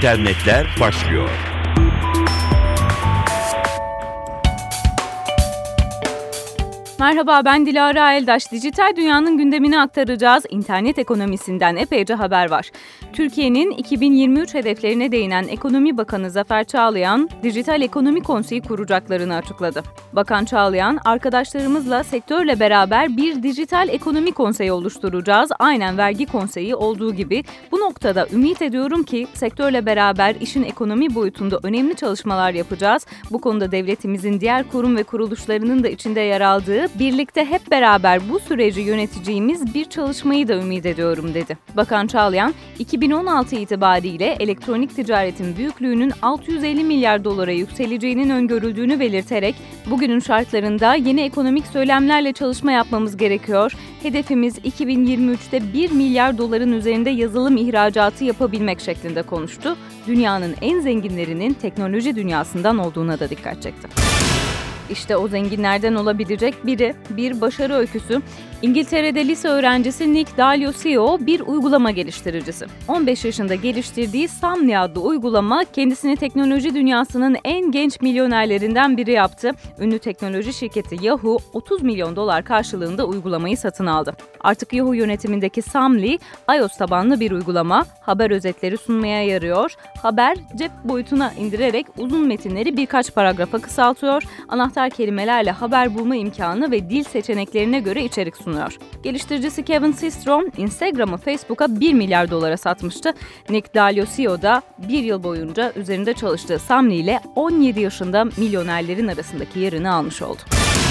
internetler başlıyor. Merhaba, ben Dilara Eldaş. Dijital dünyanın gündemini aktaracağız. İnternet ekonomisinden epeyce haber var. Türkiye'nin 2023 hedeflerine değinen Ekonomi Bakanı Zafer Çağlayan, Dijital Ekonomi Konseyi kuracaklarını açıkladı. Bakan Çağlayan, arkadaşlarımızla sektörle beraber bir Dijital Ekonomi Konseyi oluşturacağız. Aynen vergi konseyi olduğu gibi. Bu noktada ümit ediyorum ki sektörle beraber işin ekonomi boyutunda önemli çalışmalar yapacağız. Bu konuda devletimizin diğer kurum ve kuruluşlarının da içinde yer aldığı, birlikte hep beraber bu süreci yöneteceğimiz bir çalışmayı da ümit ediyorum dedi. Bakan Çağlayan, 2016 itibariyle elektronik ticaretin büyüklüğünün 650 milyar dolara yükseleceğinin öngörüldüğünü belirterek, bugünün şartlarında yeni ekonomik söylemlerle çalışma yapmamız gerekiyor. Hedefimiz 2023'te 1 milyar doların üzerinde yazılım ihracatı yapabilmek şeklinde konuştu. Dünyanın en zenginlerinin teknoloji dünyasından olduğuna da dikkat çekti. İşte o zenginlerden olabilecek biri, bir başarı öyküsü. İngiltere'de lise öğrencisi Nick Dalio bir uygulama geliştiricisi. 15 yaşında geliştirdiği Samly adlı uygulama kendisini teknoloji dünyasının en genç milyonerlerinden biri yaptı. Ünlü teknoloji şirketi Yahoo 30 milyon dolar karşılığında uygulamayı satın aldı. Artık Yahoo yönetimindeki Samly, iOS tabanlı bir uygulama, haber özetleri sunmaya yarıyor. Haber cep boyutuna indirerek uzun metinleri birkaç paragrafa kısaltıyor. Anahtar kelimelerle haber bulma imkanı ve dil seçeneklerine göre içerik sunuyor. Geliştiricisi Kevin Systrom, Instagram'ı Facebook'a 1 milyar dolara satmıştı. Nick Dalio da bir yıl boyunca üzerinde çalıştığı Samly ile 17 yaşında milyonerlerin arasındaki yerini almış oldu.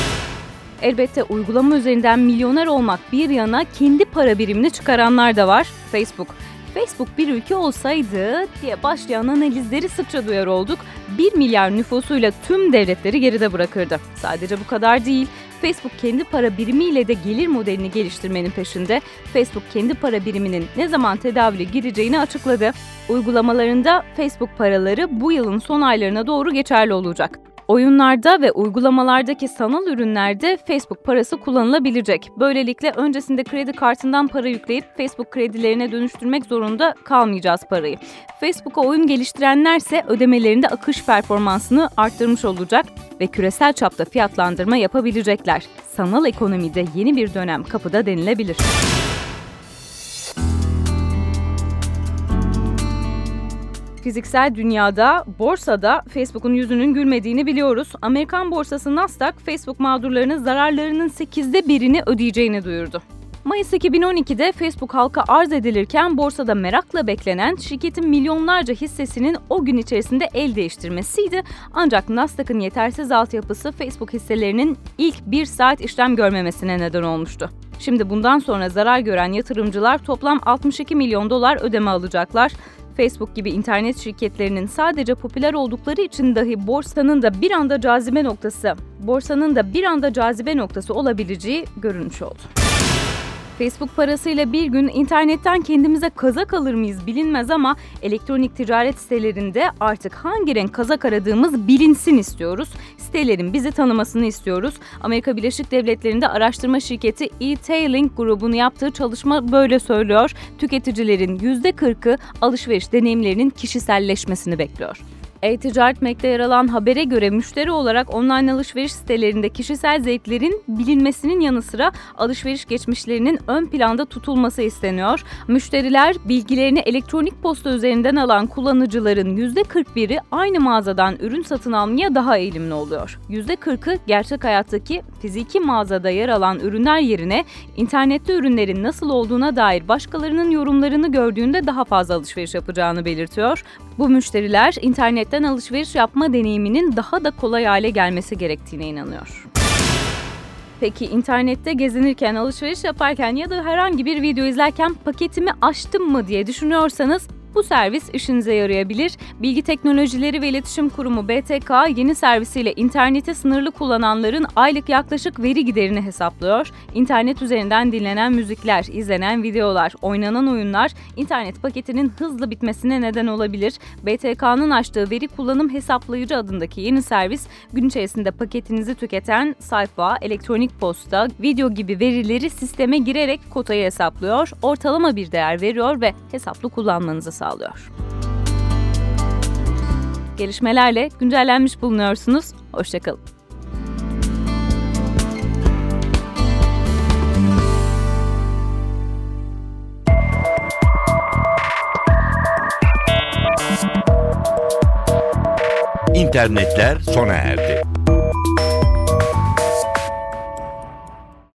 Elbette uygulama üzerinden milyoner olmak bir yana kendi para birimini çıkaranlar da var. Facebook bir ülke olsaydı diye başlayan analizleri sıkça duyar olduk. 1 milyar nüfusuyla tüm devletleri geride bırakırdı. Sadece bu kadar değil. Facebook kendi para birimiyle de gelir modelini geliştirmenin peşinde. Facebook kendi para biriminin ne zaman tedavüle gireceğini açıkladı. Uygulamalarında Facebook paraları bu yılın son aylarına doğru geçerli olacak. Oyunlarda ve uygulamalardaki sanal ürünlerde Facebook parası kullanılabilecek. Böylelikle öncesinde kredi kartından para yükleyip Facebook kredilerine dönüştürmek zorunda kalmayacağız parayı. Facebook'a oyun geliştirenlerse ödemelerinde akış performansını arttırmış olacak ve küresel çapta fiyatlandırma yapabilecekler. Sanal ekonomide yeni bir dönem kapıda denilebilir. Fiziksel dünyada, borsada Facebook'un yüzünün gülmediğini biliyoruz. Amerikan borsası Nasdaq, Facebook mağdurlarının zararlarının 8'de 1'ini ödeyeceğini duyurdu. Mayıs 2012'de Facebook halka arz edilirken borsada merakla beklenen şirketin milyonlarca hissesinin o gün içerisinde el değiştirmesiydi. Ancak Nasdaq'ın yetersiz altyapısı Facebook hisselerinin ilk 1 saat işlem görmemesine neden olmuştu. Şimdi bundan sonra zarar gören yatırımcılar toplam 62 milyon dolar ödeme alacaklar. Facebook gibi internet şirketlerinin sadece popüler oldukları için dahi borsanın da bir anda cazibe noktası olabileceği görünmüş oldu. Facebook parasıyla bir gün internetten kendimize kazak alır mıyız bilinmez ama elektronik ticaret sitelerinde artık hangi renk kazak aradığımız bilinsin istiyoruz. Sitelerin bizi tanımasını istiyoruz. Amerika Birleşik Devletleri'nde araştırma şirketi E-Tailing grubunun yaptığı çalışma böyle söylüyor. Tüketicilerin %40'ı alışveriş deneyimlerinin kişiselleşmesini bekliyor. E-Ticaret Mac'te yer alan habere göre müşteri olarak online alışveriş sitelerinde kişisel zevklerin bilinmesinin yanı sıra alışveriş geçmişlerinin ön planda tutulması isteniyor. Müşteriler bilgilerini elektronik posta üzerinden alan kullanıcıların %41'i aynı mağazadan ürün satın almaya daha eğilimli oluyor. %40'ı gerçek hayattaki fiziki mağazada yer alan ürünler yerine internette ürünlerin nasıl olduğuna dair başkalarının yorumlarını gördüğünde daha fazla alışveriş yapacağını belirtiyor. Bu müşteriler internetten alışveriş yapma deneyiminin daha da kolay hale gelmesi gerektiğine inanıyor. Peki internette gezinirken, alışveriş yaparken ya da herhangi bir video izlerken paketimi açtım mı diye düşünüyorsanız bu servis işinize yarayabilir. Bilgi Teknolojileri ve İletişim Kurumu BTK yeni servisiyle interneti sınırlı kullananların aylık yaklaşık veri giderini hesaplıyor. İnternet üzerinden dinlenen müzikler, izlenen videolar, oynanan oyunlar internet paketinin hızlı bitmesine neden olabilir. BTK'nın açtığı veri kullanım hesaplayıcı adındaki yeni servis gün içerisinde paketinizi tüketen sayfa, elektronik posta, video gibi verileri sisteme girerek kotayı hesaplıyor, ortalama bir değer veriyor ve hesaplı kullanmanızı sağlıyor. gelişmelerle güncellenmiş bulunuyorsunuz. Hoşçakalın. İnternetler sona erdi.